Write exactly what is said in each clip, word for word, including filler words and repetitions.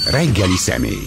Reggeli személy.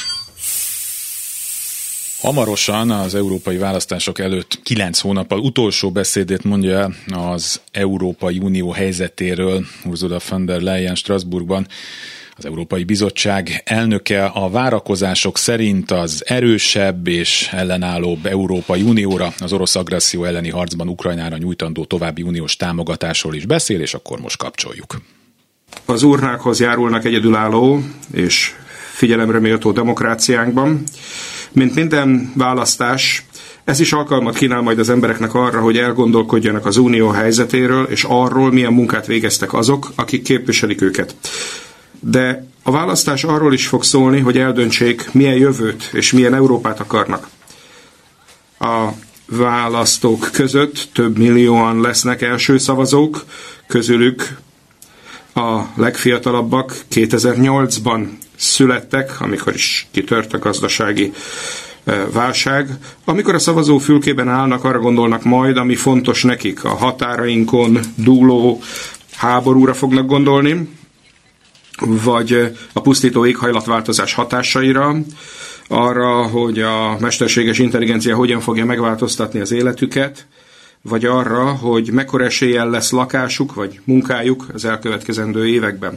Hamarosan az európai választások előtt kilenc hónappal utolsó beszédét mondja el az Európai Unió helyzetéről Ursula von der Leyen Strasbourgban. Az Európai Bizottság elnöke a várakozások szerint az erősebb és ellenállóbb Európai Unióra, az orosz agresszió elleni harcban Ukrajnára nyújtandó további uniós támogatásról is beszél, és akkor most kapcsoljuk. Az urnákhoz járulnak egyedülálló és figyelemre méltó demokráciánkban. Mint minden választás, ez is alkalmat kínál majd az embereknek arra, hogy elgondolkodjanak az unió helyzetéről, és arról, milyen munkát végeztek azok, akik képviselik őket. De a választás arról is fog szólni, hogy eldöntsék, milyen jövőt és milyen Európát akarnak. A választók között több millióan lesznek első szavazók, közülük a legfiatalabbak kétezer-nyolcban születtek, amikor is kitört a gazdasági válság. Amikor a szavazófülkében állnak, arra gondolnak majd, ami fontos nekik. A határainkon dúló háborúra fognak gondolni, vagy a pusztító éghajlatváltozás hatásaira, arra, hogy a mesterséges intelligencia hogyan fogja megváltoztatni az életüket, vagy arra, hogy mekkora eséllyel lesz lakásuk, vagy munkájuk az elkövetkezendő években.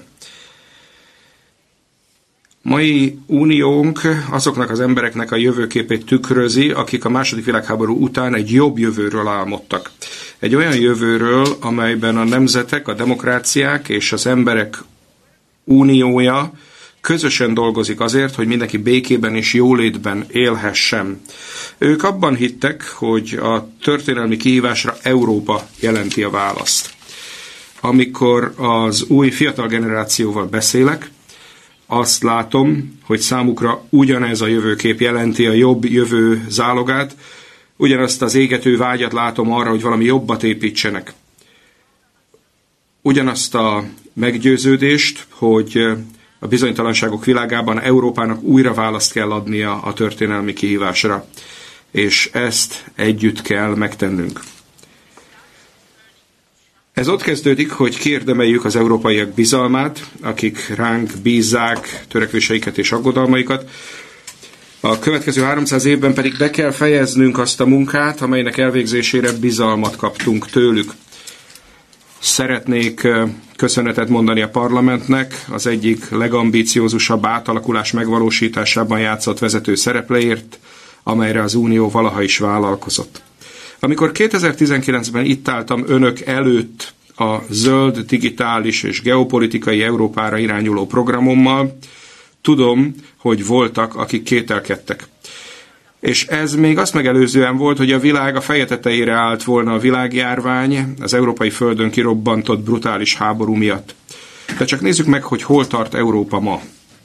Mai uniónk azoknak az embereknek a jövőképét tükrözi, akik a második világháború után egy jobb jövőről álmodtak. Egy olyan jövőről, amelyben a nemzetek, a demokráciák és az emberek uniója közösen dolgozik azért, hogy mindenki békében és jólétben élhessen. Ők abban hittek, hogy a történelmi kihívásra Európa jelenti a választ. Amikor az új fiatal generációval beszélek, azt látom, hogy számukra ugyanez a jövőkép jelenti a jobb jövő zálogát, ugyanazt az égető vágyat látom arra, hogy valami jobbat építsenek. Ugyanazt a meggyőződést, hogy a bizonytalanságok világában Európának újra választ kell adnia a történelmi kihívásra, és ezt együtt kell megtennünk. Ez ott kezdődik, hogy kiérdemeljük az európaiak bizalmát, akik ránk bízzák törekvéseiket és aggodalmaikat. A következő háromszáz évben pedig be kell fejeznünk azt a munkát, amelynek elvégzésére bizalmat kaptunk tőlük. Szeretnék köszönetet mondani a parlamentnek, az egyik legambiciózusabb átalakulás megvalósításában játszott vezető szerepléért, amelyre az Unió valaha is vállalkozott. Amikor kétezer-tizenkilencben itt álltam önök előtt a zöld, digitális és geopolitikai Európára irányuló programommal, tudom, hogy voltak, akik kételkedtek. És ez még azt megelőzően volt, hogy a világ a feje tetejére állt volna a világjárvány, az európai földön kirobbantott brutális háború miatt. De csak nézzük meg, hogy hol tart Európa ma.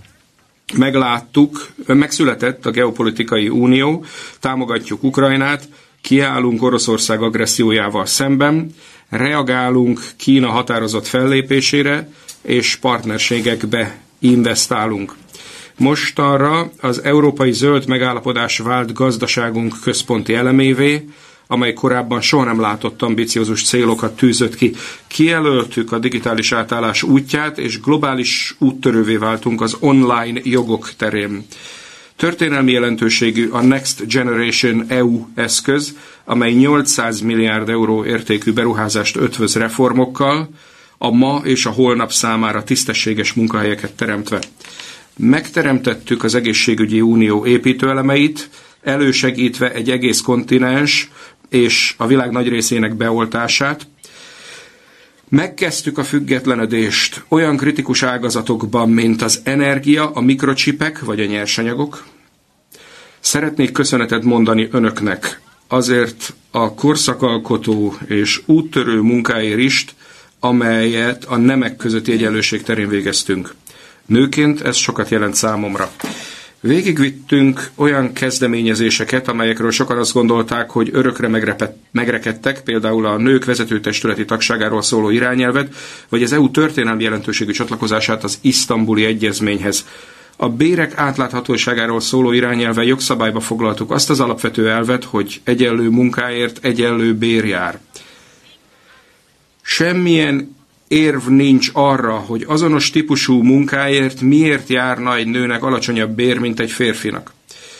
Megláttuk, megszületett a geopolitikai unió, támogatjuk Ukrajnát, kiállunk Oroszország agressziójával szemben, reagálunk Kína határozott fellépésére, és partnerségekbe investálunk. Mostanra az európai zöld megállapodás vált gazdaságunk központi elemévé, amely korábban soha nem látott ambiciózus célokat tűzött ki. Kijelöltük a digitális átállás útját, és globális úttörővé váltunk az online jogok terén. Történelmi jelentőségű a Next Generation é u eszköz, amely nyolcszáz milliárd euró értékű beruházást ötvöz reformokkal, a ma és a holnap számára tisztességes munkahelyeket teremtve. Megteremtettük az egészségügyi unió építőelemeit, elősegítve egy egész kontinens és a világ nagy részének beoltását. Megkezdtük a függetlenedést olyan kritikus ágazatokban, mint az energia, a mikrocsipek vagy a nyersanyagok. Szeretnék köszönetet mondani önöknek azért a korszakalkotó és úttörő munkáért is, amelyet a nemek közötti egyenlőség terén végeztünk. Nőként ez sokat jelent számomra. Végigvittünk olyan kezdeményezéseket, amelyekről sokan azt gondolták, hogy örökre megrepet, megrekedtek, például a nők vezetőtestületi tagságáról szóló irányelvet, vagy az é u történelmi jelentőségű csatlakozását az isztambuli egyezményhez. A bérek átláthatóságáról szóló irányelvvel jogszabályba foglaltuk azt az alapvető elvet, hogy egyenlő munkáért egyenlő bér jár. Semmilyen érv nincs arra, hogy azonos típusú munkáért miért járna egy nőnek alacsonyabb bér, mint egy férfinak.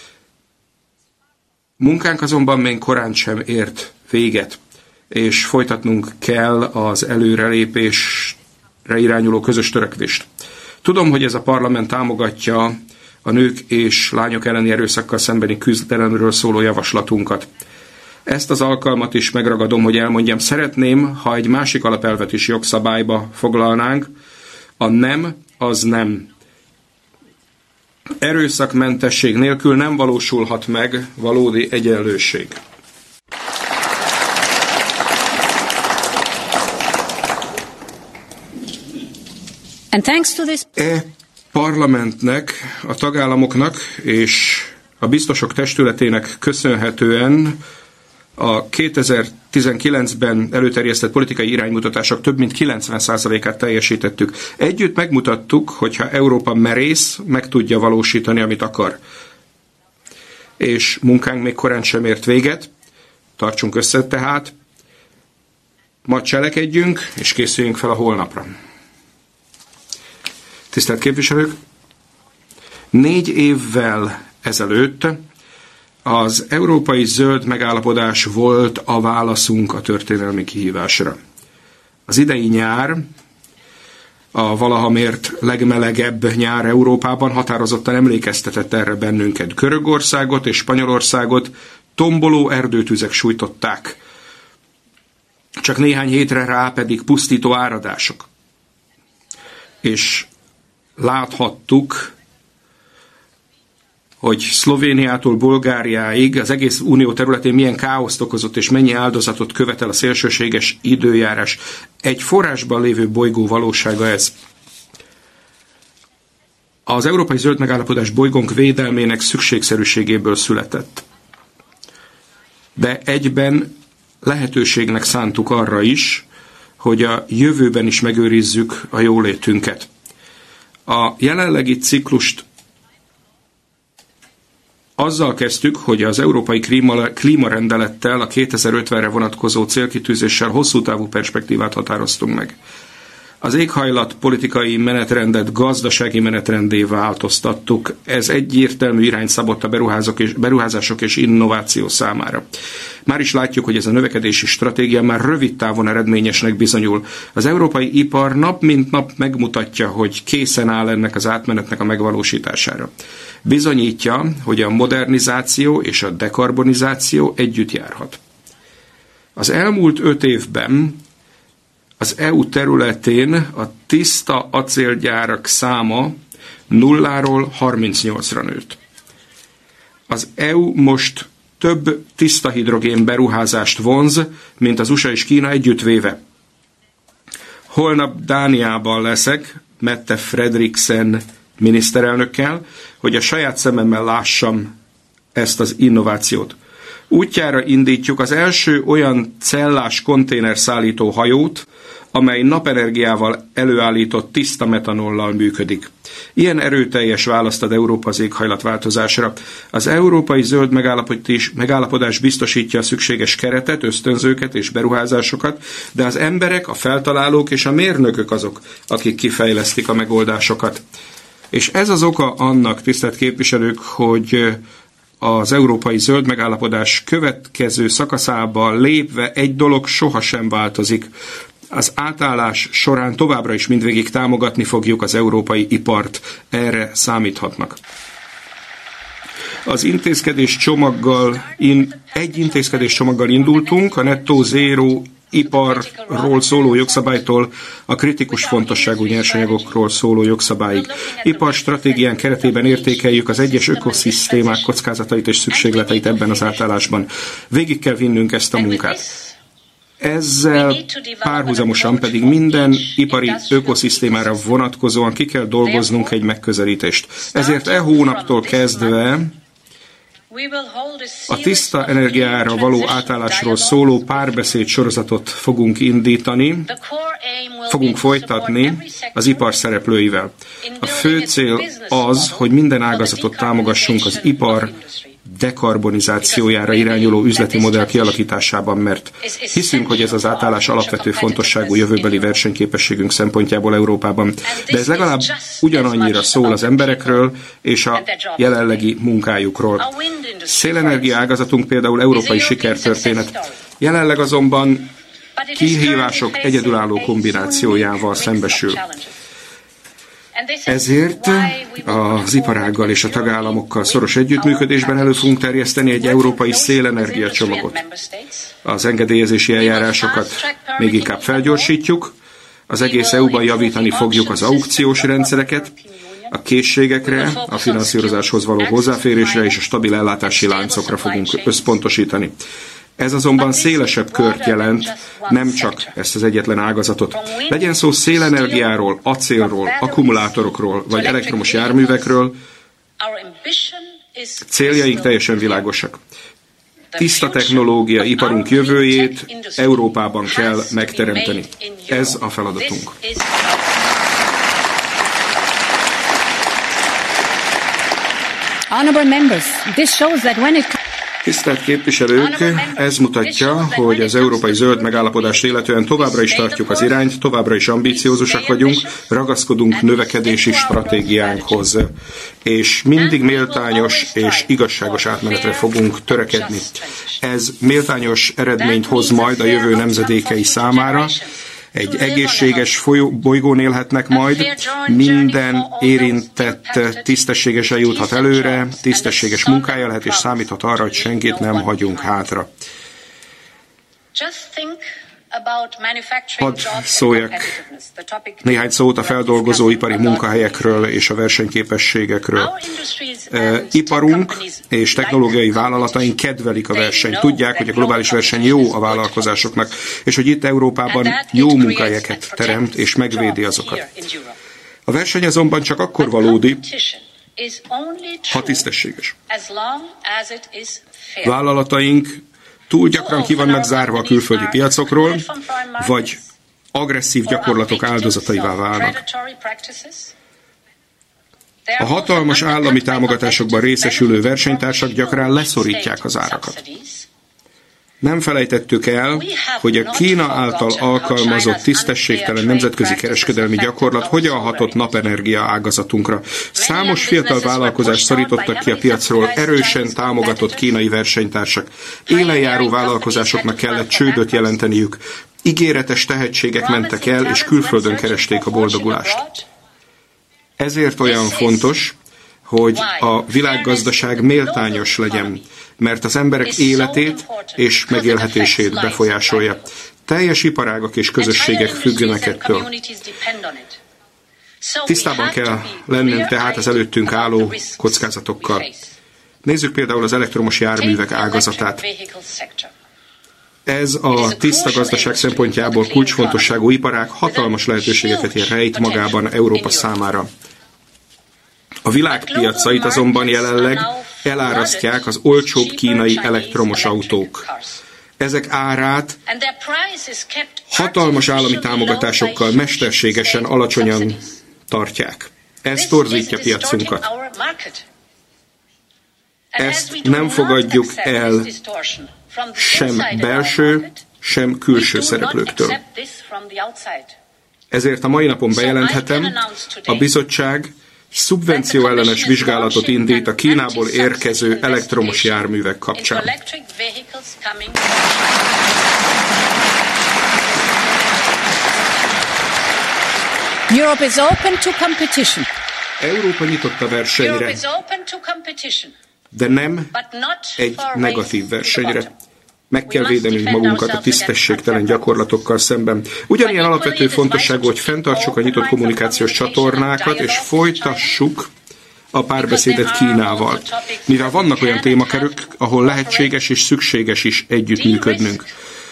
Munkánk azonban még korán sem ért véget, és folytatnunk kell az előrelépésre irányuló közös törekvést. Tudom, hogy ez a parlament támogatja a nők és lányok elleni erőszakkal szembeni küzdelemről szóló javaslatunkat. Ezt az alkalmat is megragadom, hogy elmondjam, szeretném, ha egy másik alapelvet is jogszabályba foglalnánk, a nem az nem. Erőszakmentesség nélkül nem valósulhat meg valódi egyenlőség. And thanks to this... E parlamentnek, a tagállamoknak és a biztosok testületének köszönhetően a kétezer-tizenkilencben előterjesztett politikai iránymutatások több mint kilencven százalékát teljesítettük. Együtt megmutattuk, hogyha Európa merész, meg tudja valósítani, amit akar. És munkánk még korán sem ért véget, tartsunk össze tehát, ma cselekedjünk, és készüljünk fel a holnapra. Tisztelt képviselők! Négy évvel ezelőtt az európai zöld megállapodás volt a válaszunk a történelmi kihívásra. Az idei nyár, a valaha mért legmelegebb nyár Európában határozottan emlékeztetett erre bennünket. Görögországot és Spanyolországot tomboló erdőtüzek sújtották. Csak néhány hétre rá pedig pusztító áradások. És láthattuk, hogy Szlovéniától Bulgáriáig az egész unió területén milyen káoszt okozott és mennyi áldozatot követel a szélsőséges időjárás. Egy forrásban lévő bolygó valósága ez. Az Európai Zöld Megállapodás bolygónk védelmének szükségszerűségéből született. De egyben lehetőségnek szántuk arra is, hogy a jövőben is megőrizzük a jólétünket. A jelenlegi ciklust azzal kezdtük, hogy az európai klímarendelettel a kétezer-ötvenre vonatkozó célkitűzéssel hosszú távú perspektívát határoztunk meg. Az éghajlat politikai menetrendet gazdasági menetrendé változtattuk. Ez egyértelmű irányt szabott a beruházók és, beruházások és innováció számára. Már is látjuk, hogy ez a növekedési stratégia már rövid távon eredményesnek bizonyul. Az európai ipar nap mint nap megmutatja, hogy készen áll ennek az átmenetnek a megvalósítására. Bizonyítja, hogy a modernizáció és a dekarbonizáció együtt járhat. Az elmúlt öt évben az é u területén a tiszta acélgyárak száma nulláról harmincnyolcra nőtt. Az é u most több tiszta hidrogén beruházást vonz, mint az u es á és Kína együttvéve. Holnap Dániában leszek, Mette Frederiksen miniszterelnökkel, hogy a saját szememmel lássam ezt az innovációt. Útjára indítjuk az első olyan cellás konténerszállító hajót, amely napenergiával előállított tiszta metanollal működik. Ilyen erőteljes választ ad Európa az éghajlatváltozásra. Az európai zöld megállapodás, megállapodás biztosítja a szükséges keretet, ösztönzőket és beruházásokat, de az emberek, a feltalálók és a mérnökök azok, akik kifejlesztik a megoldásokat. És ez az oka annak, tisztelt képviselők, hogy az európai zöld megállapodás következő szakaszába lépve egy dolog sohasem változik. Az átállás során továbbra is mindvégig támogatni fogjuk az európai ipart. Erre számíthatnak. Az intézkedés csomaggal, in, egy intézkedés csomaggal indultunk, a nettó zéró iparról szóló jogszabálytól a kritikus fontosságú nyersanyagokról szóló jogszabályig. Iparstratégián keretében értékeljük az egyes ökoszisztémák kockázatait és szükségleteit ebben az átállásban. Végig kell vinnünk ezt a munkát. Ezzel párhuzamosan pedig minden ipari ökoszisztémára vonatkozóan ki kell dolgoznunk egy megközelítést. Ezért e hónaptól kezdve a tiszta energiára való átállásról szóló párbeszéd sorozatot fogunk indítani, fogunk folytatni az ipar szereplőivel. A fő cél az, hogy minden ágazatot támogassunk, az ipar dekarbonizációjára irányuló üzleti modell kialakításában, mert hiszünk, hogy ez az átállás alapvető fontosságú jövőbeli versenyképességünk szempontjából Európában. De ez legalább ugyanannyira szól az emberekről és a jelenlegi munkájukról. Szélenergia ágazatunk például európai sikertörténet. Jelenleg azonban kihívások egyedülálló kombinációjával szembesül. Ezért az iparággal és a tagállamokkal szoros együttműködésben elő fogunk terjeszteni egy európai szélenergia csomagot. Az engedélyezési eljárásokat még inkább felgyorsítjuk, az egész é u-ban javítani fogjuk az aukciós rendszereket, a készségekre, a finanszírozáshoz való hozzáférésre és a stabil ellátási láncokra fogunk összpontosítani. Ez azonban szélesebb kört jelent, nem csak ezt az egyetlen ágazatot. Legyen szó szélenergiáról, acélról, akkumulátorokról vagy elektromos járművekről, céljaink teljesen világosak. Tiszta technológia iparunk jövőjét Európában kell megteremteni. Ez a feladatunk. Honorable members, this shows that when it Tisztelt képviselők, ez mutatja, hogy az európai zöld megállapodást illetően továbbra is tartjuk az irányt, továbbra is ambiciózusak vagyunk, ragaszkodunk növekedési stratégiánkhoz, és mindig méltányos és igazságos átmenetre fogunk törekedni. Ez méltányos eredményt hoz majd a jövő nemzedékei számára. Egy egészséges folyó, bolygón élhetnek majd, minden érintett tisztességesen juthat előre, tisztességes munkája lehet, és számíthat arra, hogy senkit nem hagyunk hátra. Hadd szóljak néhány szót a feldolgozóipari munkahelyekről és a versenyképességekről. Iparunk és technológiai vállalataink kedvelik a versenyt. Tudják, hogy a globális verseny jó a vállalkozásoknak, és hogy itt Európában jó munkahelyeket teremt és megvédi azokat. A verseny azonban csak akkor valódi, ha tisztességes. Vállalataink túl gyakran ki vannak zárva a külföldi piacokról, vagy agresszív gyakorlatok áldozataivá válnak. A hatalmas állami támogatásokban részesülő versenytársak gyakran leszorítják az árakat. Nem felejtettük el, hogy a Kína által alkalmazott tisztességtelen nemzetközi kereskedelmi gyakorlat hogyan hatott napenergia ágazatunkra. Számos fiatal vállalkozást szorítottak ki a piacról, erősen támogatott kínai versenytársak. Élenjáró vállalkozásoknak kellett csődöt jelenteniük. Ígéretes tehetségek mentek el, és külföldön keresték a boldogulást. Ezért olyan fontos, hogy a világgazdaság méltányos legyen, mert az emberek életét és megélhetését befolyásolja. Teljes iparágak és közösségek függenek ettől. Tisztában kell lennünk tehát az előttünk álló kockázatokkal. Nézzük például az elektromos járművek ágazatát. Ez a tiszta gazdaság szempontjából kulcsfontosságú iparág hatalmas lehetőségeket ér rejt magában Európa számára. A világpiacait azonban jelenleg elárasztják az olcsóbb kínai elektromos autók. Ezek árát hatalmas állami támogatásokkal mesterségesen alacsonyan tartják. Ez torzítja piacunkat. Ezt nem fogadjuk el sem belső, sem külső szereplőktől. Ezért a mai napon bejelenthetem, a bizottság szubvencióellenes vizsgálatot indít a Kínából érkező elektromos járművek kapcsán. Europe is open to competition. Európa nyitott a versenyre, de nem egy negatív versenyre. Meg kell védenünk magunkat a tisztességtelen gyakorlatokkal szemben. Ugyanilyen alapvető fontosságú, hogy fenntartsuk a nyitott kommunikációs csatornákat, és folytassuk a párbeszédet Kínával. Mivel vannak olyan témakörök, ahol lehetséges és szükséges is együttműködnünk.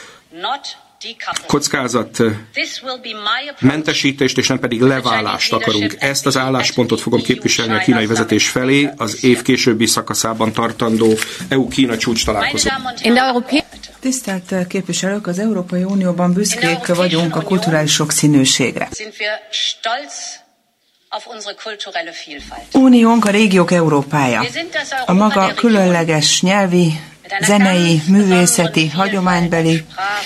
Kockázat mentesítést és nem pedig leválást akarunk. Ezt az álláspontot fogom képviselni a kínai vezetés felé az év későbbi szakaszában tartandó é u-Kína csúcs találkozón. Tisztelt képviselők, az Európai Unióban büszkék vagyunk a kulturális sokszínűségre. Uniónk a régiók Európája. A maga különleges nyelvi, zenei, művészeti, hagyománybeli,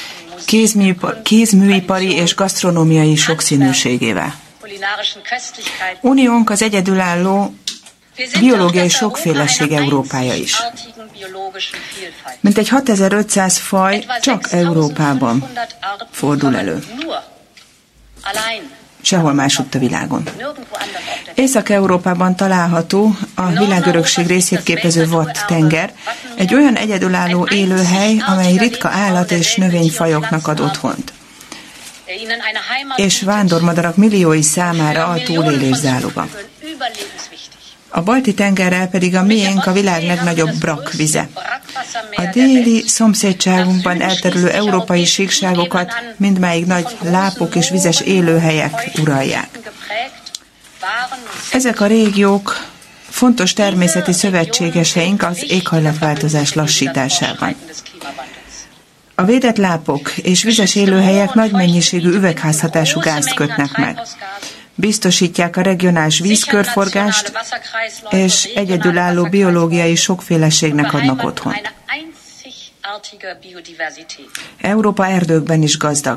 kézműipari és gasztronómiai sokszínűségével. Uniónk az egyedülálló biológiai sokféleség Európája is. Mintegy hatezer-ötszáz faj csak Európában fordul elő. Sehol másutt a világon. Észak-Európában található a világörökség részét képező Watt-tenger, egy olyan egyedülálló élőhely, amely ritka állat- és növényfajoknak ad otthont, és vándormadarak milliói számára a túlélés záloga. A Balti-tengerrel pedig a miénk a világ legnagyobb brakkvize. A déli szomszédságunkban elterülő európai síkságokat mindmáig nagy lápok és vizes élőhelyek uralják. Ezek a régiók fontos természeti szövetségeseink az éghajlatváltozás lassításában. A védett lápok és vizes élőhelyek nagy mennyiségű üvegházhatású gázt kötnek meg. Biztosítják a regionális vízkörforgást, és egyedülálló biológiai sokféleségnek adnak otthont. Európa erdőkben is gazdag.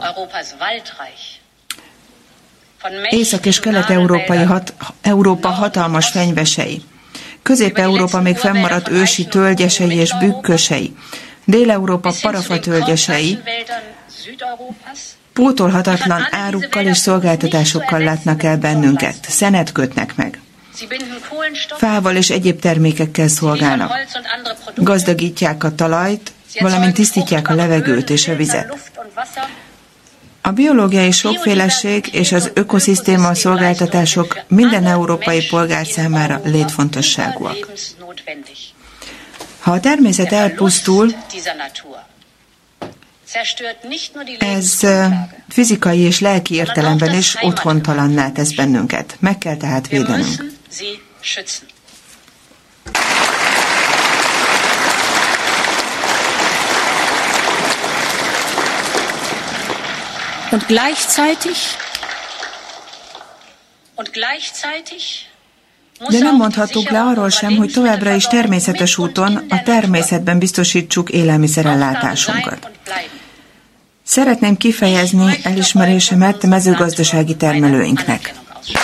Észak- és kelet-európai hat, Európa hatalmas fenyvesei. Közép-Európa még fennmaradt ősi tölgyesei és bükkösei. Dél-Európa parafatölgyesei pótolhatatlan árukkal és szolgáltatásokkal látnak el bennünket, szenet kötnek meg. Fával és egyéb termékekkel szolgálnak. Gazdagítják a talajt, valamint tisztítják a levegőt és a vizet. A biológiai sokféleség és az ökoszisztéma szolgáltatások minden európai polgár számára létfontosságúak. Ha a természet elpusztul, ez fizikai és lelki értelemben is otthontalanná tesz bennünket. Meg kell tehát védenünk. Und gleichzeitig und gleichzeitig De nem mondhatunk le arról sem, hogy továbbra is természetes úton a természetben biztosítsuk élelmiszerellátásunkat. Szeretném kifejezni elismerésemet mezőgazdasági termelőinknek.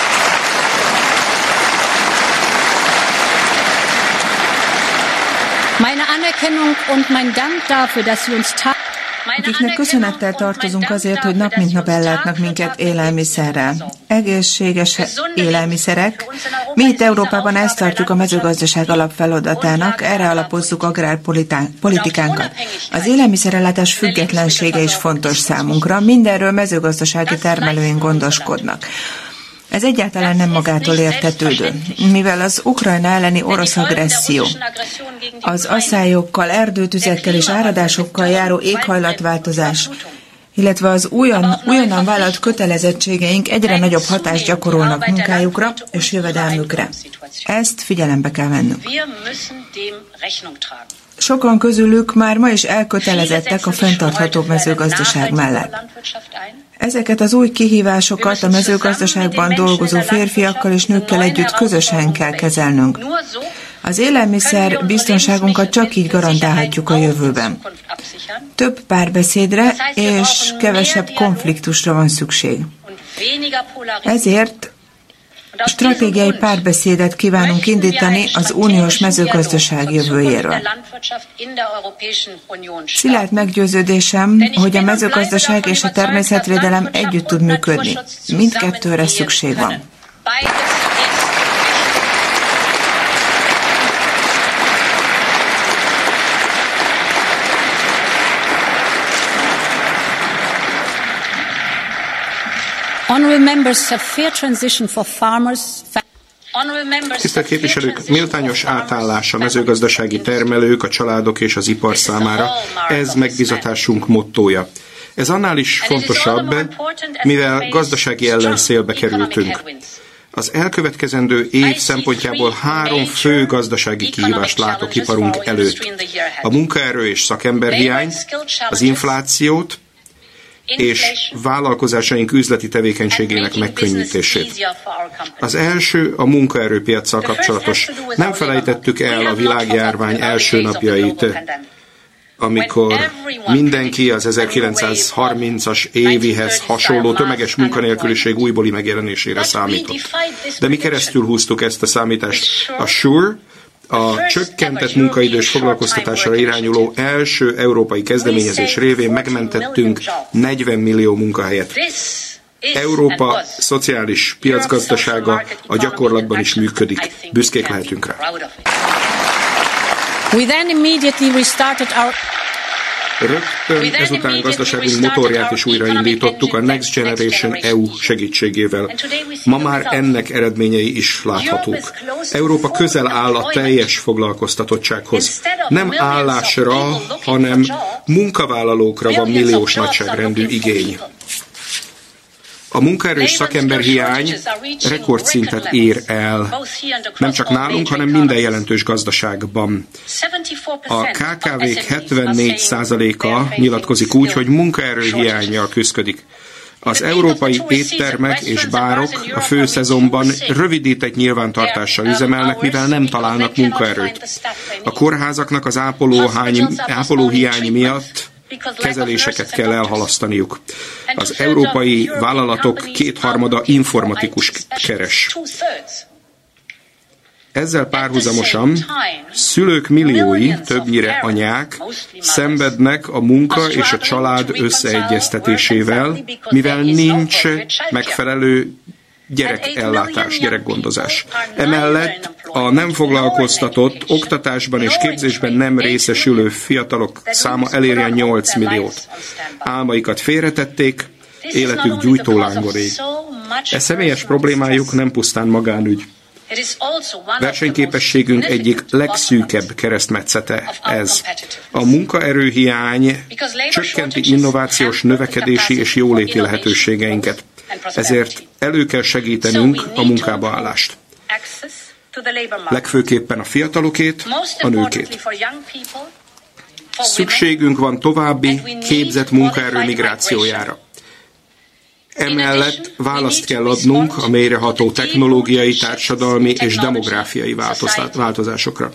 Meine Anerkennung und mein Dank dafür, dass Sie uns akiknek köszönettel tartozunk azért, hogy nap mint nap ellátnak minket élelmiszerrel. Egészséges élelmiszerek. Mi itt Európában ezt tartjuk a mezőgazdaság alapfeladatának, erre alapozzuk agrárpolitikánkat. Az élelmiszerellátás függetlensége is fontos számunkra, mindenről mezőgazdasági termelőink gondoskodnak. Ez egyáltalán nem magától értetődő, mivel az Ukrajna elleni orosz agresszió, az asszályokkal, erdőtüzekkel és áradásokkal járó éghajlatváltozás, illetve az újon, újonnan vállalt kötelezettségeink egyre nagyobb hatást gyakorolnak munkájukra és jövedelmükre. Ezt figyelembe kell vennünk. Sokan közülük már ma is elkötelezettek a fenntartható mezőgazdaság mellett. Ezeket az új kihívásokat a mezőgazdaságban dolgozó férfiakkal és nőkkel együtt közösen kell kezelnünk. Az élelmiszer biztonságunkat csak így garantálhatjuk a jövőben. Több párbeszédre és kevesebb konfliktusra van szükség. Ezért stratégiai párbeszédet kívánunk indítani az uniós mezőgazdaság jövőjéről. Szilárd meggyőződésem, hogy a mezőgazdaság és a természetvédelem együtt tud működni. Mindkettőre szükség van. Tisztelt képviselők, méltányos átállás a mezőgazdasági termelők, a családok és az ipar számára, ez megbízatásunk mottója. Ez annál is fontosabb, mivel gazdasági ellenszélbe kerültünk. Az elkövetkezendő év szempontjából három fő gazdasági kihívást látok iparunk előtt. A munkaerő és szakemberhiány, az inflációt, és vállalkozásaink üzleti tevékenységének megkönnyítését. Az első a munkaerőpiaccal kapcsolatos. Nem felejtettük el a világjárvány első napjait, amikor mindenki az ezerkilencszázharmincas évihez hasonló tömeges munkanélküliség újbóli megjelenésére számított. De mi keresztül húztuk ezt a számítást. A SURE, a csökkentett munkaidős foglalkoztatásra irányuló első európai kezdeményezés révén megmentettünk negyven millió munkahelyet. Európa szociális piacgazdasága a gyakorlatban is működik. Büszkék lehetünk rá. We then immediately restarted our Rögtön ezután gazdaságunk motorját is újraindítottuk a Next Generation é u segítségével. Ma már ennek eredményei is láthatók. Európa közel áll a teljes foglalkoztatottsághoz. Nem állásra, hanem munkavállalókra van milliós nagyságrendű igény. A munkaerős szakemberhiány rekordszintet ér el, nem csak nálunk, hanem minden jelentős gazdaságban. A ká ká vék hetvennégy százaléka nyilatkozik úgy, hogy munkaerőhiánnyal küszködik. Az európai éttermek és bárok a főszezonban rövidített nyilvántartással üzemelnek, mivel nem találnak munkaerőt. A kórházaknak az ápolóhiány miatt kezeléseket kell elhalasztaniuk. Az európai vállalatok kétharmada informatikus keres. Ezzel párhuzamosan szülők milliói, többnyire anyák, szenvednek a munka és a család összeegyeztetésével, mivel nincs megfelelő gyerekellátás, gyerekgondozás. Emellett a nem foglalkoztatott, oktatásban és képzésben nem részesülő fiatalok száma eléri a nyolc milliót. Álmaikat félretették, életük gyújtólángon ég. E személyes problémájuk nem pusztán magánügy. Versenyképességünk egyik legszűkebb keresztmetszete ez. A munkaerőhiány csökkenti innovációs, növekedési és jóléti lehetőségeinket. Ezért elő kell segítenünk a munkába állást. Legfőképpen a fiatalokét, a nőkét. Szükségünk van további képzett munkaerő migrációjára. Emellett választ kell adnunk a mélyreható technológiai, társadalmi és demográfiai változásokra.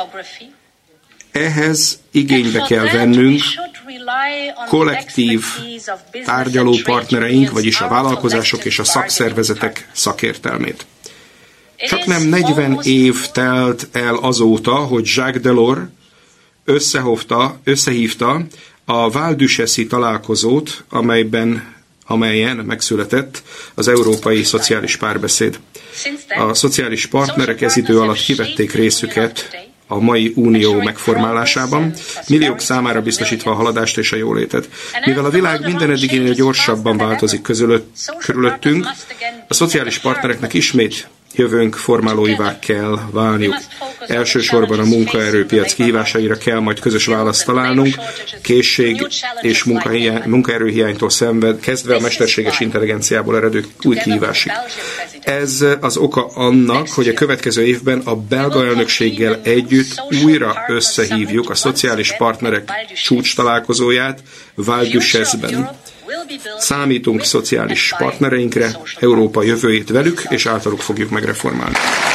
Ehhez igénybe kell vennünk kollektív tárgyalópartnereink, vagyis a vállalkozások és a szakszervezetek szakértelmét. Csak nem negyven év telt el azóta, hogy Jacques Delors összehívta, összehívta a Val-Duchesse-i találkozót, amelyben amelyen megszületett az Európai Szociális Párbeszéd. A szociális partnerek ez idő alatt kivették részüket a mai unió megformálásában, milliók számára biztosítva a haladást és a jólétet. Mivel a világ minden eddiginél gyorsabban változik közülött, körülöttünk, a szociális partnereknek ismét jövőnk formálóivá kell válniuk. Elsősorban a munkaerőpiac kihívásaira kell majd közös választ találnunk, készség és munkaerőhiánytól szenved, kezdve a mesterséges intelligenciából eredő új kihívásig. Ez az oka annak, hogy a következő évben a belga elnökséggel együtt újra összehívjuk a szociális partnerek csúcs találkozóját Val-Duchesse-ben. Számítunk szociális partnereinkre, Európa jövőjét velük és általuk fogjuk megreformálni.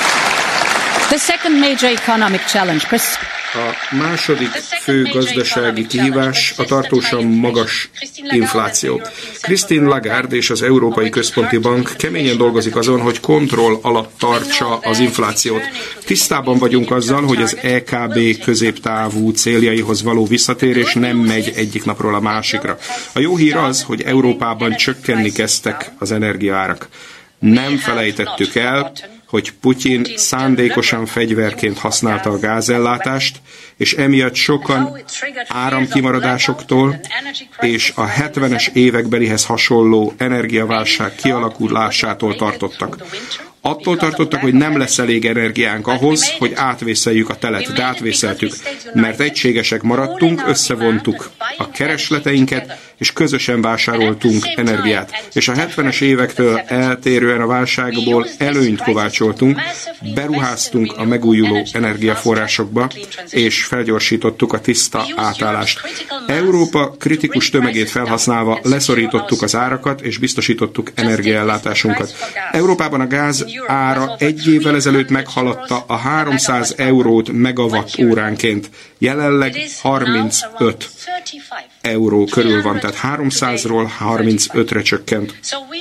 The second major economic challenge. A második fő gazdasági kihívás a tartósan magas infláció. Christine Lagarde és az Európai Központi Bank keményen dolgozik azon, hogy kontroll alatt tartsa az inflációt. Tisztában vagyunk azzal, hogy az é ká bé középtávú céljaihoz való visszatérés nem megy egyik napról a másikra. A jó hír az, hogy Európában csökkenni kezdtek az energiaárak. Nem felejtettük el, hogy Putyin szándékosan fegyverként használta a gázellátást, és emiatt sokan áramkimaradásoktól és a hetvenes évekbelihez hasonló energiaválság kialakulásától tartottak. Attól tartottak, hogy nem lesz elég energiánk ahhoz, hogy átvészeljük a telet, de átvészeltük, mert egységesek maradtunk, összevontuk a keresleteinket, és közösen vásároltunk energiát. És a hetvenes évektől eltérően a válságból előnyt kovácsoltunk, beruháztunk a megújuló energiaforrásokba, és felgyorsítottuk a tiszta átállást. Európa kritikus tömegét felhasználva leszorítottuk az árakat, és biztosítottuk energiaellátásunkat. Európában a gáz ára egy évvel ezelőtt meghaladta a háromszáz eurót megawatt óránként. Jelenleg harmincöt euró körül van, tehát háromszázról harmincötre csökkent.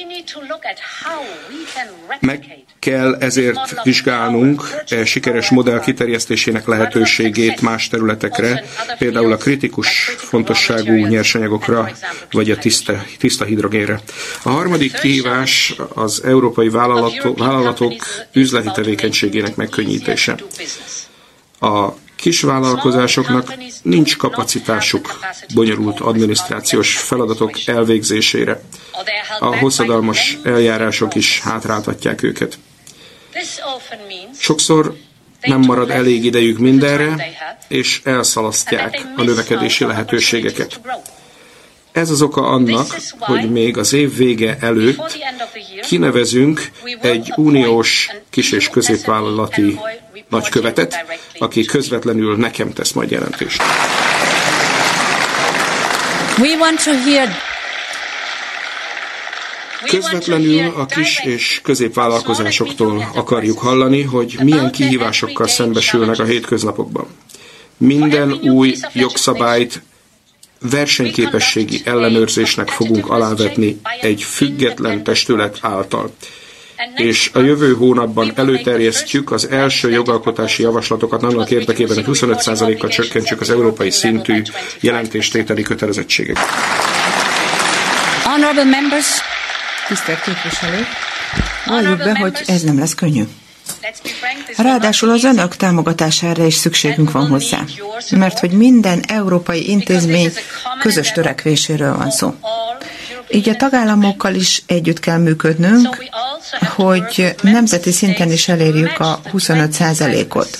Meg kell ezért vizsgálnunk e sikeres modell kiterjesztésének lehetőségét más területekre, például a kritikus fontosságú nyersanyagokra, vagy a tiszta, tiszta hidrogénre. A harmadik kihívás az európai vállalatok, vállalatok üzleti tevékenységének megkönnyítése. A kisvállalkozásoknak nincs kapacitásuk bonyolult adminisztrációs feladatok elvégzésére. A hosszadalmas eljárások is hátráltatják őket. Sokszor nem marad elég idejük mindenre, és elszalasztják a növekedési lehetőségeket. Ez az oka annak, hogy még az év vége előtt kinevezünk egy uniós kis- és középvállalati nagykövetet, aki közvetlenül nekem tesz majd jelentést. We want to hear Közvetlenül a kis- és középvállalkozásoktól akarjuk hallani, hogy milyen kihívásokkal szembesülnek a hétköznapokban. Minden új jogszabályt versenyképességi ellenőrzésnek fogunk alávetni egy független testület által. És a jövő hónapban előterjesztjük az első jogalkotási javaslatokat annak érdekében, hogy huszonöt százalékkal csökkentsük az európai szintű jelentéstételi kötelezettségeket. honorable members. Tisztelt képviselők, valljuk be, hogy ez nem lesz könnyű. Ráadásul az önök támogatására is szükségünk van hozzá, mert hogy minden európai intézmény közös törekvéséről van szó. Így a tagállamokkal is együtt kell működnünk, hogy nemzeti szinten is elérjük a huszonöt százalékot.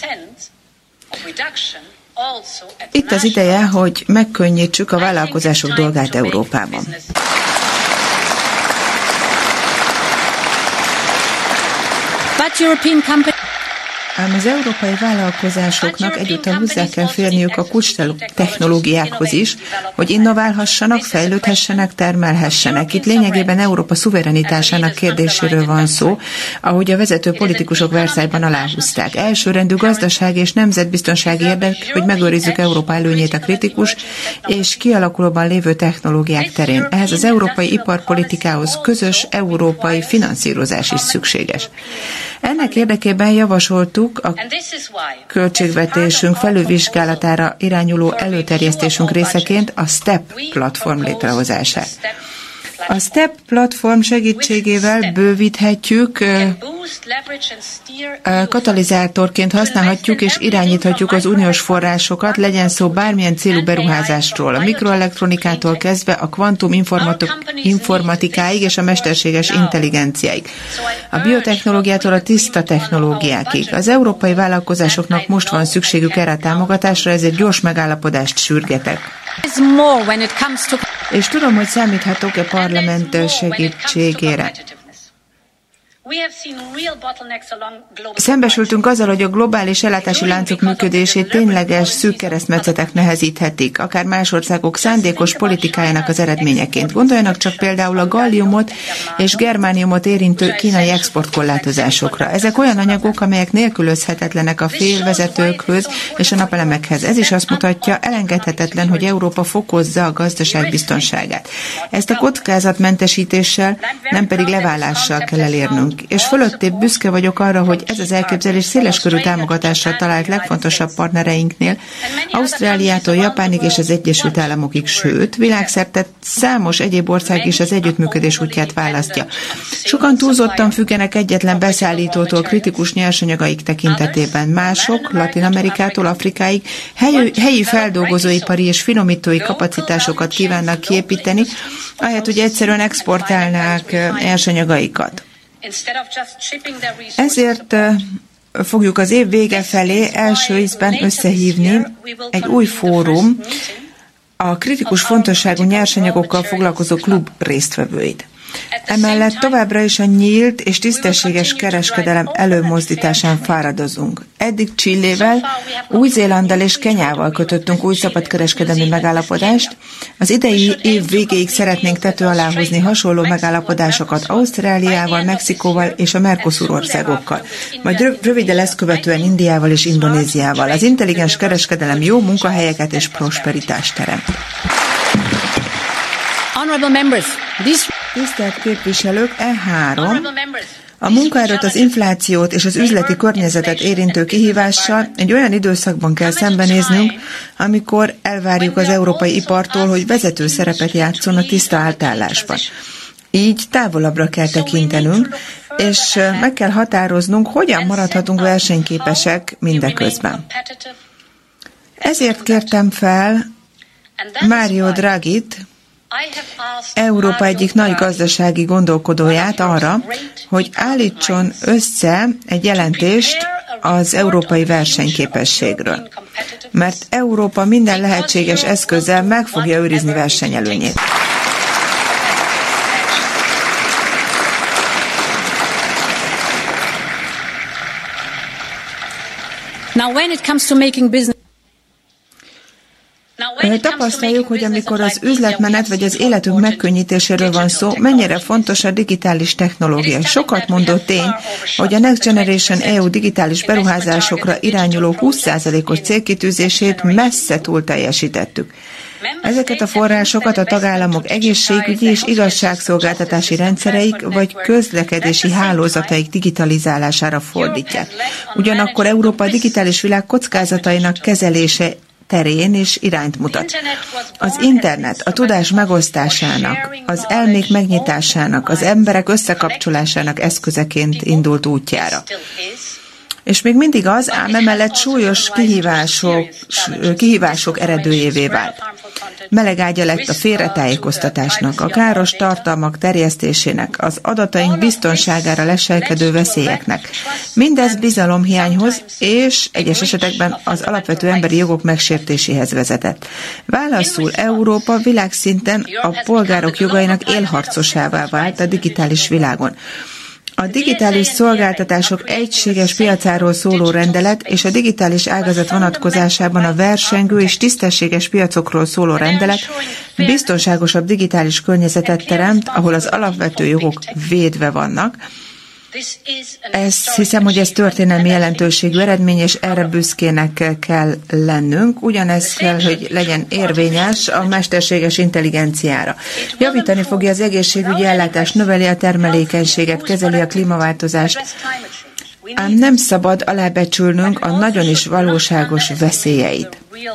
Itt az ideje, hogy megkönnyítsük a vállalkozások dolgát Európában. But European companies Ám az európai vállalkozásoknak egyúttal hozzá kell férniük a kulcs technológiákhoz is, hogy innoválhassanak, fejlődhessenek, termelhessenek. Itt lényegében Európa szuverenitásának kérdéséről van szó, ahogy a vezető politikusok Versailles-ban aláhúzták. Elsőrendű gazdasági és nemzetbiztonsági érdek, hogy megőrizzük Európa előnyét a kritikus és kialakulóban lévő technológiák terén. Ehhez az európai iparpolitikához közös európai finanszírozás is szükséges. Ennek érdekében javasoltuk a költségvetésünk felülvizsgálatára irányuló előterjesztésünk részeként a STEP platform létrehozását. A STEP platform segítségével bővíthetjük, katalizátorként használhatjuk és irányíthatjuk az uniós forrásokat, legyen szó bármilyen célú beruházásról, a mikroelektronikától kezdve a kvantum informatikáig és a mesterséges intelligenciáig, a biotechnológiától a tiszta technológiákig. Az európai vállalkozásoknak most van szükségük erre a támogatásra, ezért gyors megállapodást sürgetek. És tudom, hogy számíthatok a parlament segítségére. Szembesültünk azzal, hogy a globális ellátási láncok működését tényleges szűk keresztmetszetek nehezíthetik, akár más országok szándékos politikájának az eredményeként. Gondoljanak csak például a galliumot és germániumot érintő kínai exportkorlátozásokra. Ezek olyan anyagok, amelyek nélkülözhetetlenek a félvezetőkhöz és a napelemekhez. Ez is azt mutatja, elengedhetetlen, hogy Európa fokozza a gazdaság biztonságát. Ezt a kockázatmentesítéssel, nem pedig leválással kell elérnünk. És fölöttébb büszke vagyok arra, hogy ez az elképzelés széleskörű támogatásra talált legfontosabb partnereinknél, Ausztráliától Japánig és az Egyesült Államokig, sőt, világszerte számos egyéb ország is az együttműködés útját választja. Sokan túlzottan függenek egyetlen beszállítótól kritikus nyersanyagaik tekintetében. Mások, Latin-Amerikától Afrikáig helyi, helyi feldolgozóipari és finomítói kapacitásokat kívánnak kiépíteni, ahelyett, hogy egyszerűen exportálnák nyersanyagaikat. Ezért fogjuk az év vége felé első ízben összehívni egy új fórum, a kritikus fontosságú nyersanyagokkal foglalkozó klub résztvevőit. Emellett továbbra is a nyílt és tisztességes kereskedelem előmozdításán fáradozunk. Eddig Chilével, Új-Zélanddal és Kenyával kötöttünk új szabadkereskedelmi megállapodást. Az idei év végéig szeretnénk tető alá hozni hasonló megállapodásokat Ausztráliával, Mexikóval és a Mercosur országokkal, majd röviden ezt követően Indiával és Indonéziával. Az intelligens kereskedelem jó munkahelyeket és prosperitást teremt. Honorable members, this... Tisztelt képviselők, E három a munkaerőt, az inflációt és az üzleti környezetet érintő kihívással egy olyan időszakban kell szembenéznünk, amikor elvárjuk az európai ipartól, hogy vezető szerepet játsszon a tiszta átállásban. Így távolabbra kell tekintenünk, és meg kell határoznunk, hogyan maradhatunk versenyképesek mindeközben. Ezért kértem fel Mario Draghit, Európa egyik nagy gazdasági gondolkodóját arra, hogy állítson össze egy jelentést az európai versenyképességről. Mert Európa minden lehetséges eszközzel meg fogja őrizni versenyelőnyét. Now when it comes to making business Tapasztaljuk, hogy amikor az üzletmenet vagy az életünk megkönnyítéséről van szó, mennyire fontos a digitális technológia. Sokat mondó tény, hogy a Next Generation é u digitális beruházásokra irányuló húsz százalékos célkitűzését messze túl teljesítettük. Ezeket a forrásokat a tagállamok egészségügyi és igazságszolgáltatási rendszereik vagy közlekedési hálózataik digitalizálására fordítják. Ugyanakkor Európa a digitális világ kockázatainak kezelése terén is irányt mutat. Az internet a tudás megosztásának, az elmék megnyitásának, az emberek összekapcsolásának eszközeként indult útjára. És még mindig az, ám emellett súlyos kihívások, kihívások eredőjévé vált. Melegágya lett a félretájékoztatásnak, a káros tartalmak terjesztésének, az adataink biztonságára leselkedő veszélyeknek. Mindez bizalomhiányhoz és egyes esetekben az alapvető emberi jogok megsértéséhez vezetett. Válaszul Európa világszinten a polgárok jogainak élharcosává vált a digitális világon. A digitális szolgáltatások egységes piacáról szóló rendelet és a digitális ágazat vonatkozásában a versengő és tisztességes piacokról szóló rendelet biztonságosabb digitális környezetet teremt, ahol az alapvető jogok védve vannak. Ezt hiszem, hogy ez történelmi jelentőségű eredmény, és erre büszkének kell lennünk. Ugyanez kell, hogy legyen érvényes a mesterséges intelligenciára. Javítani fogja az egészségügyi ellátást, növeli a termelékenységet, kezeli a klímaváltozást, ám nem szabad alábecsülnünk a nagyon is valóságos veszélyeit.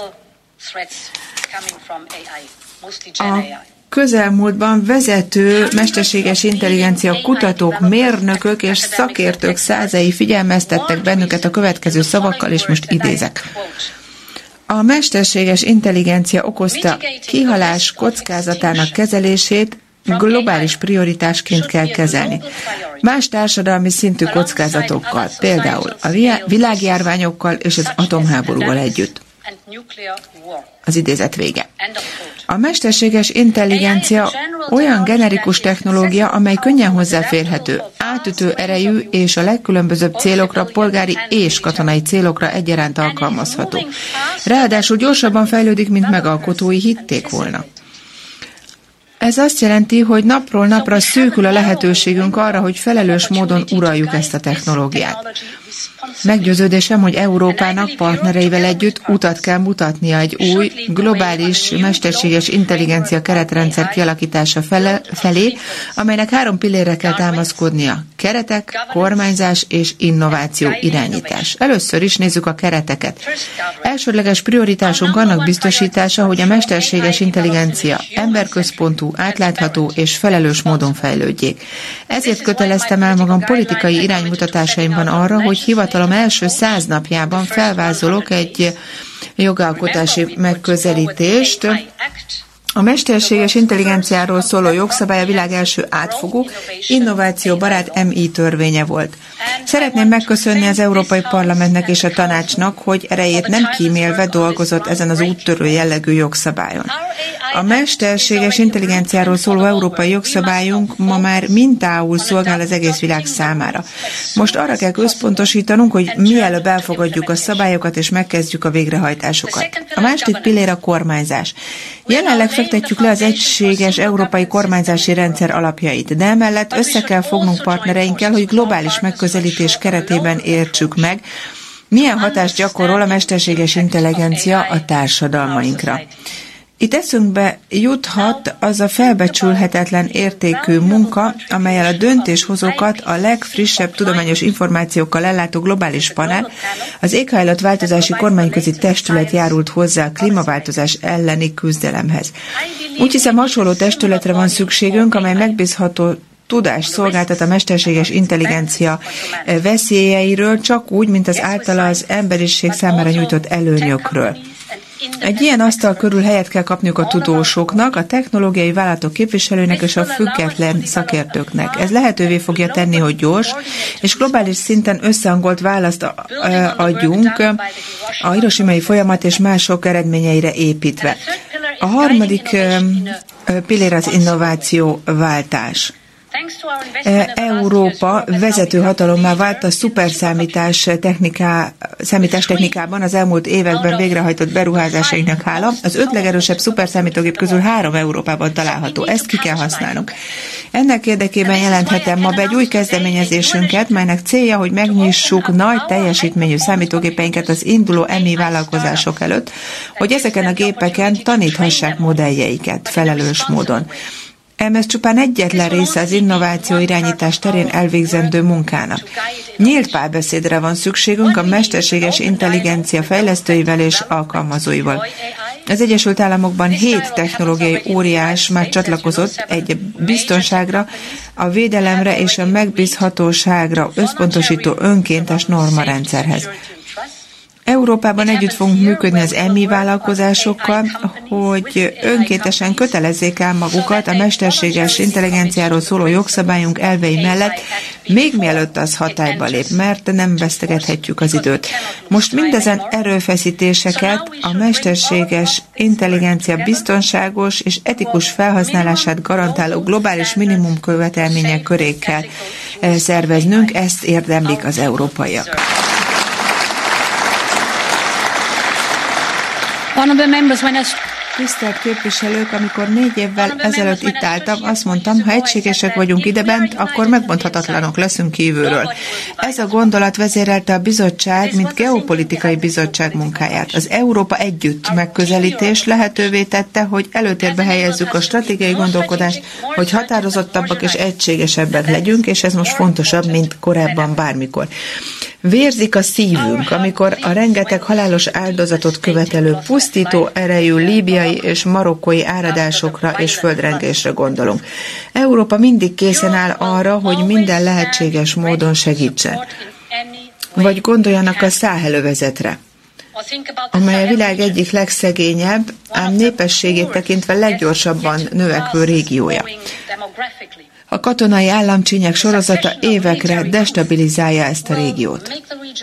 A közelmúltban vezető mesterséges intelligencia kutatók, mérnökök és szakértők százai figyelmeztettek bennünket a következő szavakkal, és most idézek. A mesterséges intelligencia okozta kihalás kockázatának kezelését globális prioritásként kell kezelni. Más társadalmi szintű kockázatokkal, például a világjárványokkal és az atomháborúval együtt. Az idézet vége. A mesterséges intelligencia olyan generikus technológia, amely könnyen hozzáférhető, átütő erejű és a legkülönbözőbb célokra, polgári és katonai célokra egyaránt alkalmazható. Ráadásul gyorsabban fejlődik, mint megalkotói hitték volna. Ez azt jelenti, hogy napról napra szűkül a lehetőségünk arra, hogy felelős módon uraljuk ezt a technológiát. Meggyőződésem, hogy Európának partnereivel együtt utat kell mutatnia egy új, globális, mesterséges intelligencia keretrendszer kialakítása fele, felé, amelynek három pillérre kell támaszkodnia: keretek, kormányzás és innováció irányítás. Először is nézzük a kereteket. Elsődleges prioritásunk annak biztosítása, hogy a mesterséges intelligencia emberközpontú, átlátható és felelős módon fejlődjék. Ezért köteleztem el magam politikai iránymutatásaimban arra, hogy hivatalom első száz napjában felvázolok egy jogalkotási megközelítést, A mesterséges intelligenciáról szóló jogszabály a világ első átfogó, innovációbarát em i törvénye volt. Szeretném megköszönni az Európai Parlamentnek és a Tanácsnak, hogy erejét nem kímélve dolgozott ezen az úttörő jellegű jogszabályon. A mesterséges intelligenciáról szóló európai jogszabályunk ma már mintául szolgál az egész világ számára. Most arra kell központosítanunk, hogy mielőbb elfogadjuk a szabályokat és megkezdjük a végrehajtásokat. A második pillér a kormányzás. Jelenleg fektetjük le az egységes európai kormányzási rendszer alapjait, de emellett össze kell fognunk partnereinkkel, hogy globális megközelítés keretében értsük meg, milyen hatást gyakorol a mesterséges intelligencia a társadalmainkra. Itt eszünkbe juthat az a felbecsülhetetlen értékű munka, amellyel a döntéshozókat a legfrissebb tudományos információkkal ellátó globális panel, az éghajlatváltozási kormányközi testület járult hozzá a klímaváltozás elleni küzdelemhez. Úgy hiszem, hasonló testületre van szükségünk, amely megbízható tudást szolgáltat a mesterséges intelligencia veszélyeiről, csak úgy, mint az általa az emberiség számára nyújtott előnyökről. Egy ilyen asztal körül helyet kell kapniuk a tudósoknak, a technológiai vállalatok képviselőnek és a független szakértőknek. Ez lehetővé fogja tenni, hogy gyors és globális szinten összehangolt választ adjunk a hiroshimai folyamat és mások eredményeire építve. A harmadik pillér az innováció váltás. Európa vezető hatalommá vált a szuperszámítás techniká, számítástechnikában az elmúlt években végrehajtott beruházásainknak hála. Az öt legerősebb szuperszámítógép közül három Európában található. Ezt ki kell használnunk. Ennek érdekében jelenthetem ma be egy új kezdeményezésünket, melynek célja, hogy megnyissuk nagy teljesítményű számítógépeinket az induló em i vállalkozások előtt, hogy ezeken a gépeken taníthassák modelljeiket felelős módon. Ez csupán egyetlen része az innováció irányítás terén elvégzendő munkának. Nyílt párbeszédre van szükségünk a mesterséges intelligencia fejlesztőivel és alkalmazóival. Az Egyesült Államokban hét technológiai óriás már csatlakozott egy biztonságra, a védelemre és a megbízhatóságra összpontosító önkéntes normarendszerhez. Európában együtt fogunk működni az em i vállalkozásokkal, hogy önkéntesen kötelezzék el magukat a mesterséges intelligenciáról szóló jogszabályunk elvei mellett, még mielőtt az hatályba lép, mert nem vesztegethetjük az időt. Most mindezen erőfeszítéseket a mesterséges intelligencia biztonságos és etikus felhasználását garantáló globális minimum követelmények köré kell szerveznünk, ezt érdemlik az európaiak. Tisztelt képviselők, amikor négy évvel ezelőtt itt álltam, azt mondtam, ha egységesek vagyunk idebent, akkor megmondhatatlanok leszünk kívülről. Ez a gondolat vezérelte a bizottság, mint geopolitikai bizottság munkáját. Az Európa együtt megközelítés lehetővé tette, hogy előtérbe helyezzük a stratégiai gondolkodást, hogy határozottabbak és egységesebbek legyünk, és ez most fontosabb, mint korábban bármikor. Vérzik a szívünk, amikor a rengeteg halálos áldozatot követelő pusztító erejű líbiai és marokkói áradásokra és földrengésre gondolunk. Európa mindig készen áll arra, hogy minden lehetséges módon segítsen. Vagy gondoljanak a Száhel-övezetre, amely a világ egyik legszegényebb, ám népességét tekintve leggyorsabban növekvő régiója. A katonai államcsínyek sorozata évekre destabilizálja ezt a régiót.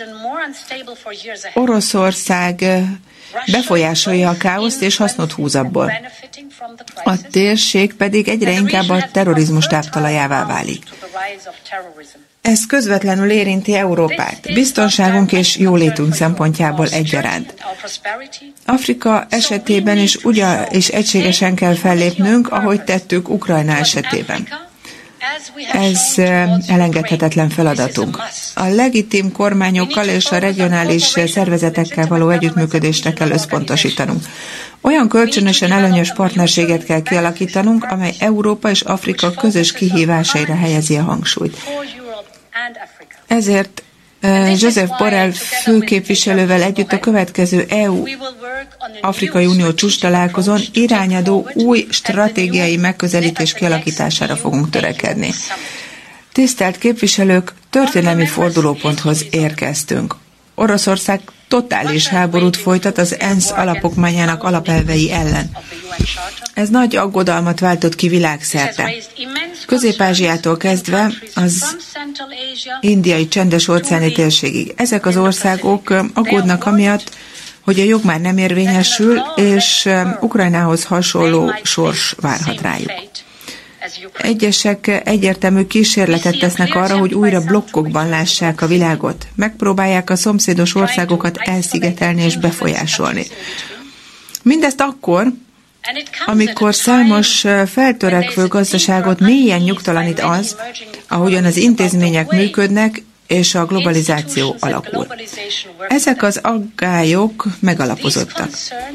Oroszország befolyásolja a káoszt és hasznot húz abból. A térség pedig egyre inkább a terrorizmus táptalajává válik. Ez közvetlenül érinti Európát, biztonságunk és jólétünk szempontjából egyaránt. Afrika esetében is ugyan és egységesen kell fellépnünk, ahogy tettük Ukrajna esetében. Ez elengedhetetlen feladatunk. A legitim kormányokkal és a regionális szervezetekkel való együttműködésre kell összpontosítanunk. Olyan kölcsönösen előnyös partnerséget kell kialakítanunk, amely Európa és Afrika közös kihívásaira helyezi a hangsúlyt. Ezért Joseph Borrell főképviselővel együtt a következő é u-Afrikai Unió csúcstalálkozón irányadó új stratégiai megközelítés kialakítására fogunk törekedni. Tisztelt képviselők, történelmi fordulóponthoz érkeztünk. Oroszország totális háborút folytat az ENSZ alapokmányának alapelvei ellen. Ez nagy aggodalmat váltott ki világszerte. Közép-Ázsiától kezdve az indiai csendes óceáni térségig. Ezek az országok aggódnak amiatt, hogy a jog már nem érvényesül, és Ukrajnához hasonló sors várhat rájuk. Egyesek egyértelmű kísérletet tesznek arra, hogy újra blokkokban lássák a világot. Megpróbálják a szomszédos országokat elszigetelni és befolyásolni. Mindezt akkor, amikor számos feltörekvő gazdaságot mélyen nyugtalanít az, ahogyan az intézmények működnek, és a globalizáció alakul. Ezek az aggályok megalapozottak.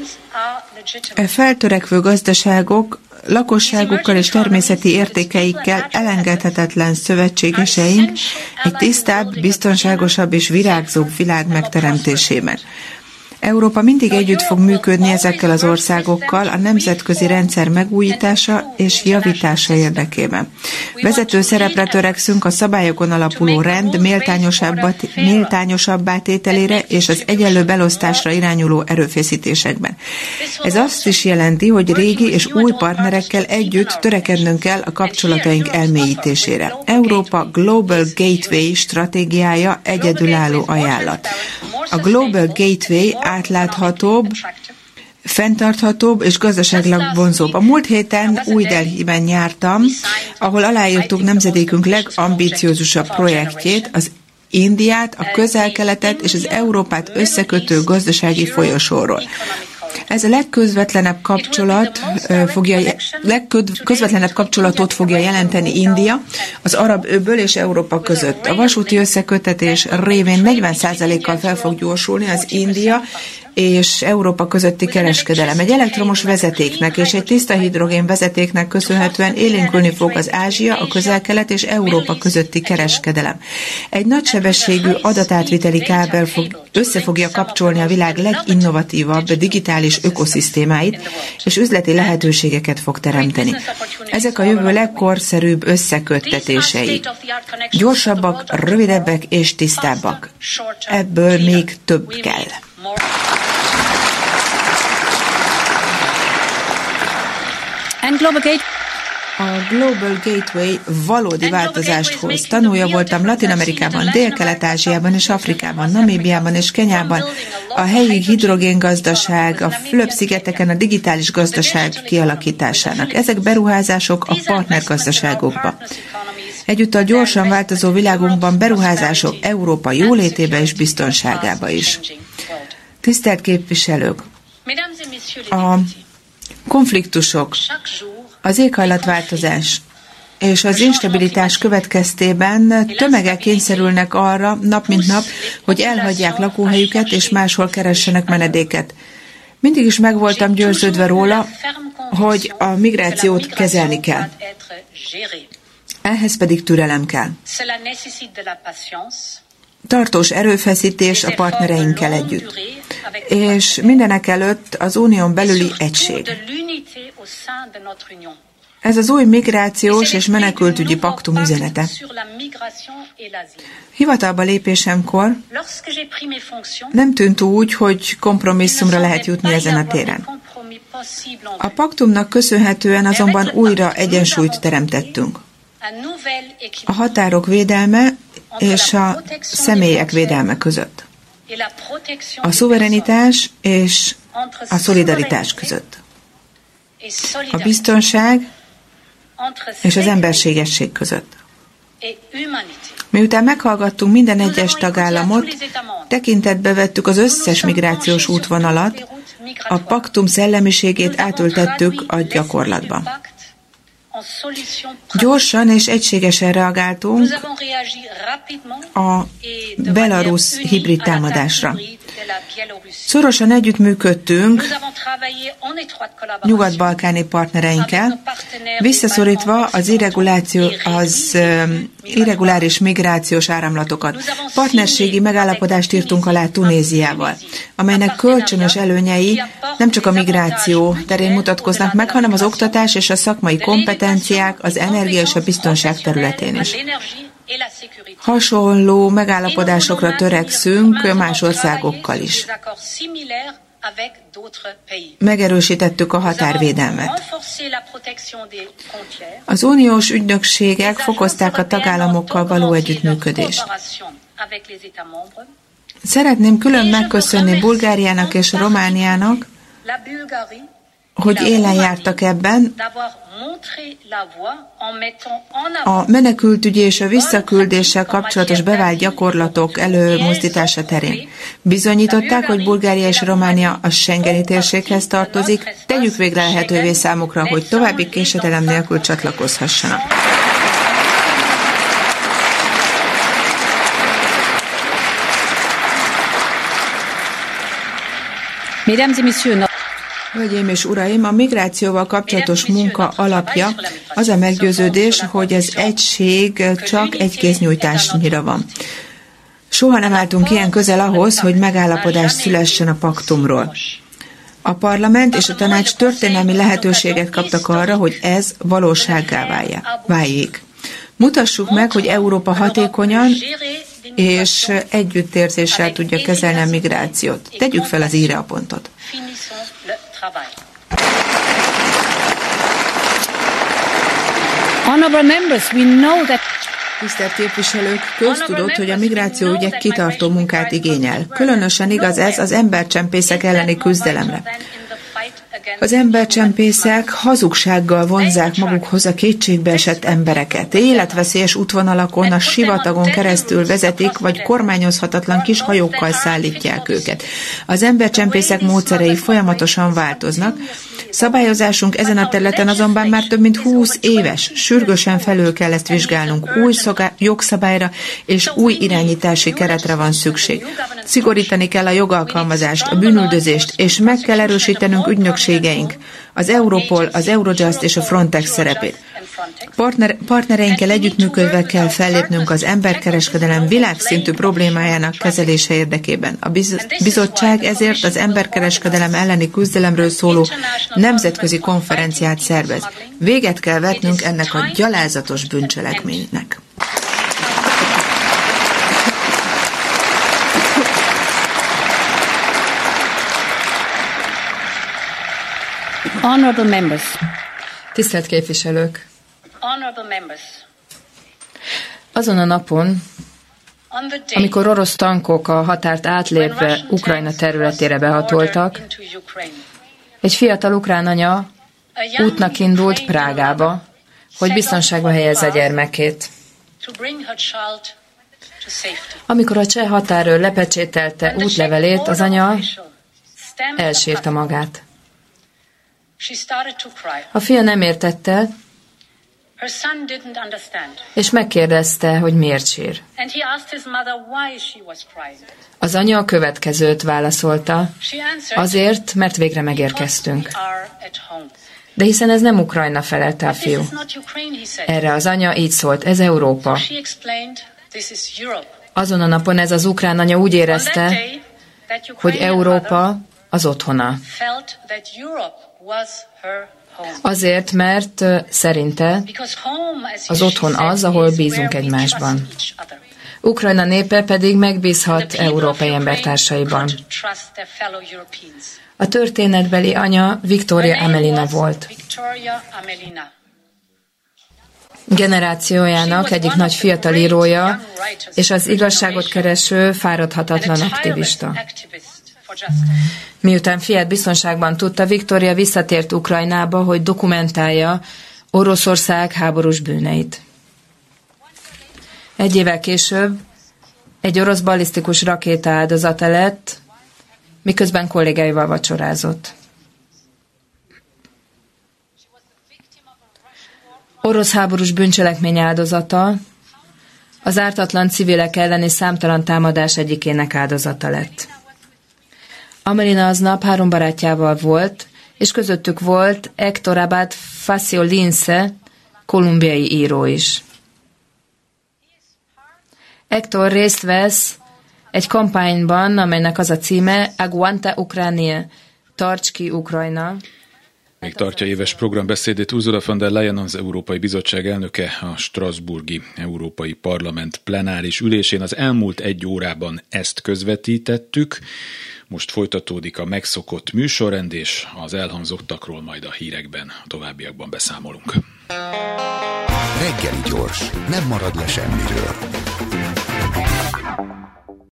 A feltörekvő gazdaságok lakosságukkal és természeti értékeikkel elengedhetetlen szövetségeseink egy tisztább, biztonságosabb és virágzóbb világ megteremtésében. Európa mindig együtt fog működni ezekkel az országokkal a nemzetközi rendszer megújítása és javítása érdekében. Vezető szerepre törekszünk a szabályokon alapuló rend méltányosabbá tételére és az egyenlő belosztásra irányuló erőfeszítésekben. Ez azt is jelenti, hogy régi és új partnerekkel együtt törekednünk kell a kapcsolataink elmélyítésére. Európa Global Gateway stratégiája egyedülálló ajánlat. A Global Gateway átláthatóbb, fenntarthatóbb és gazdaságilag vonzóbb. A múlt héten Új Delhiben jártam, ahol aláírtuk nemzedékünk legambiciózusabb projektjét, az Indiát, a Közel-Keletet és az Európát összekötő gazdasági folyosóról. Ez a legközvetlenebb kapcsolat fogja, legközvetlenebb kapcsolatot fogja jelenteni India, az Arab-öböl és Európa között. A vasúti összeköttetés révén negyven százalékkal fel fog gyorsulni az India és Európa közötti kereskedelem. Egy elektromos vezetéknek és egy tiszta hidrogén vezetéknek köszönhetően élénkülni fog az Ázsia, a Közel-Kelet és Európa közötti kereskedelem. Egy nagysebességű adatátviteli kábel fog, össze fogja kapcsolni a világ leginnovatívabb digitális ökoszisztémáit, és üzleti lehetőségeket fog teremteni. Ezek a jövő legkorszerűbb összeköttetései. Gyorsabbak, rövidebbek és tisztábbak. Ebből még több kell. And Global Gate. A Global Gateway valódi változást hoz. Tanulja voltam Latin-Amerikában, Dél-Kelet-Ázsiában és Afrikában, Namíbiában és Kenyában, a helyi hidrogéngazdaság, a Fülöp-szigeteken a digitális gazdaság kialakításának. Ezek beruházások a partnergazdaságokba. Egyútt a gyorsan változó világunkban beruházások Európa jólétébe és biztonságába is. Tisztelt képviselők! A konfliktusok, az éghajlatváltozás és az instabilitás következtében tömegek kényszerülnek arra nap mint nap, hogy elhagyják lakóhelyüket és máshol keressenek menedéket. Mindig is meg voltam győződve róla, hogy a migrációt kezelni kell. Ehhez pedig türelem kell. Tartós erőfeszítés a partnereinkkel együtt. És mindenek előtt az unión belüli egység. Ez az új migrációs és menekültügyi paktum üzenete. Hivatalba lépésemkor nem tűnt úgy, hogy kompromisszumra lehet jutni ezen a téren. A paktumnak köszönhetően azonban újra egyensúlyt teremtettünk. A határok védelme és a személyek védelme között. A szuverenitás és a szolidaritás között. A biztonság és az emberségesség között. Miután meghallgattunk minden egyes tagállamot, tekintetbe vettük az összes migrációs útvonalat, a paktum szellemiségét átültettük a gyakorlatba. Gyorsan és egységesen reagáltunk a belarusz hibrid támadásra. Szorosan együttműködtünk nyugat-balkáni partnereinkkel, visszaszorítva az, irreguláció, az irreguláris migrációs áramlatokat. Partnerségi megállapodást írtunk alá Tunéziával, amelynek kölcsönös előnyei nem csak a migráció terén mutatkoznak meg, hanem az oktatás és a szakmai kompetenciák, az energia és a biztonság területén is. Hasonló megállapodásokra törekszünk más országokkal is. Megerősítettük a határvédelmet. Az uniós ügynökségek fokozták a tagállamokkal való együttműködést. Szeretném külön megköszönni Bulgáriának és Romániának, hogy élen jártak ebben. A menekültügyi és a visszaküldéssel kapcsolatos bevált gyakorlatok előmozdítása terén. Bizonyították, hogy Bulgária és Románia a schengeni térséghez tartozik, tegyük végre lehetővé számukra, hogy további késedelem nélkül csatlakozhassanak. Hölgyeim és uraim, a migrációval kapcsolatos munka alapja az a meggyőződés, hogy az egység csak egy kéznyújtásnyira van. Soha nem álltunk ilyen közel ahhoz, hogy megállapodás szülessen a paktumról. A parlament és a tanács történelmi lehetőséget kaptak arra, hogy ez valósággá váljék. Mutassuk meg, hogy Európa hatékonyan és együttérzéssel tudja kezelni a migrációt. Tegyük fel az íre a pontot. Honorable members, we know that Tisztelt képviselők, köztudott, hogy a migrációügyek kitartó munkát igényel. Különösen igaz ez az embercsempészek elleni küzdelemre. Az embercsempészek hazugsággal vonzák magukhoz a kétségbeesett embereket. Életveszélyes útvonalakon, a sivatagon keresztül vezetik, vagy kormányozhatatlan kis hajókkal szállítják őket. Az embercsempészek módszerei folyamatosan változnak. Szabályozásunk ezen a területen azonban már több mint húsz éves. Sürgősen felül kell ezt vizsgálnunk. Új jogszabályra és új irányítási keretre van szükség. Szigorítani kell a jogalkalmazást, a bűnüldözést, és meg kell erősítenünk ügynökségeink, az Europol, az Eurojust és a Frontex szerepét. Partner, partnereinkkel együttműködve kell fellépnünk az emberkereskedelem világszintű problémájának kezelése érdekében. A biz, bizottság ezért az emberkereskedelem elleni küzdelemről szóló nemzetközi konferenciát szervez. Véget kell vetnünk ennek a gyalázatos bűncselekménynek. Honorable members. Tisztelt képviselők! Honorable members. Azon a napon, amikor orosz tankok a határt átlépve Ukrajna területére behatoltak, egy fiatal ukrán anya útnak indult Prágába, hogy biztonságba helyezze gyermekét. Amikor a cseh határőr lepecsételte útlevelét, az anya elsírta magát. A fia nem értette, és megkérdezte, hogy miért sír. Az anya a következőt válaszolta, azért, mert végre megérkeztünk. De hiszen ez nem Ukrajna, felelte a fiú. Erre az anya így szólt, ez Európa. Azon a napon ez az ukrán anya úgy érezte, hogy Európa az otthona. Azért, mert szerinte az otthon az, ahol bízunk egymásban. Ukrajna népe pedig megbízhat európai embertársaiban. A történetbeli anya Viktória Amelina volt. Generációjának egyik nagy fiatal írója, és az igazságot kereső, fáradhatatlan aktivista. Miután fiát biztonságban tudta, Viktória visszatért Ukrajnába, hogy dokumentálja Oroszország háborús bűneit. Egy évvel később egy orosz ballisztikus rakéta áldozata lett, miközben kollégáival vacsorázott. Orosz háborús bűncselekmény áldozata, az ártatlan civilek elleni számtalan támadás egyikének áldozata lett. Amelina aznap három barátjával volt, és közöttük volt Héctor Abad Faciolince, kolumbiai író is. Héctor részt vesz egy kampányban, amelynek az a címe Aguanta Ucrania, tarts ki Ukrajna. Még tartja éves programbeszédét Ursula von der Leyen, az Európai Bizottság elnöke a strasbourgi Európai Parlament plenáris ülésén. Az elmúlt egy órában ezt közvetítettük. Most folytatódik a megszokott műsorrend, és az elhangzottakról majd a hírekben, a továbbiakban beszámolunk. Reggeli gyors, nem marad le semmiről.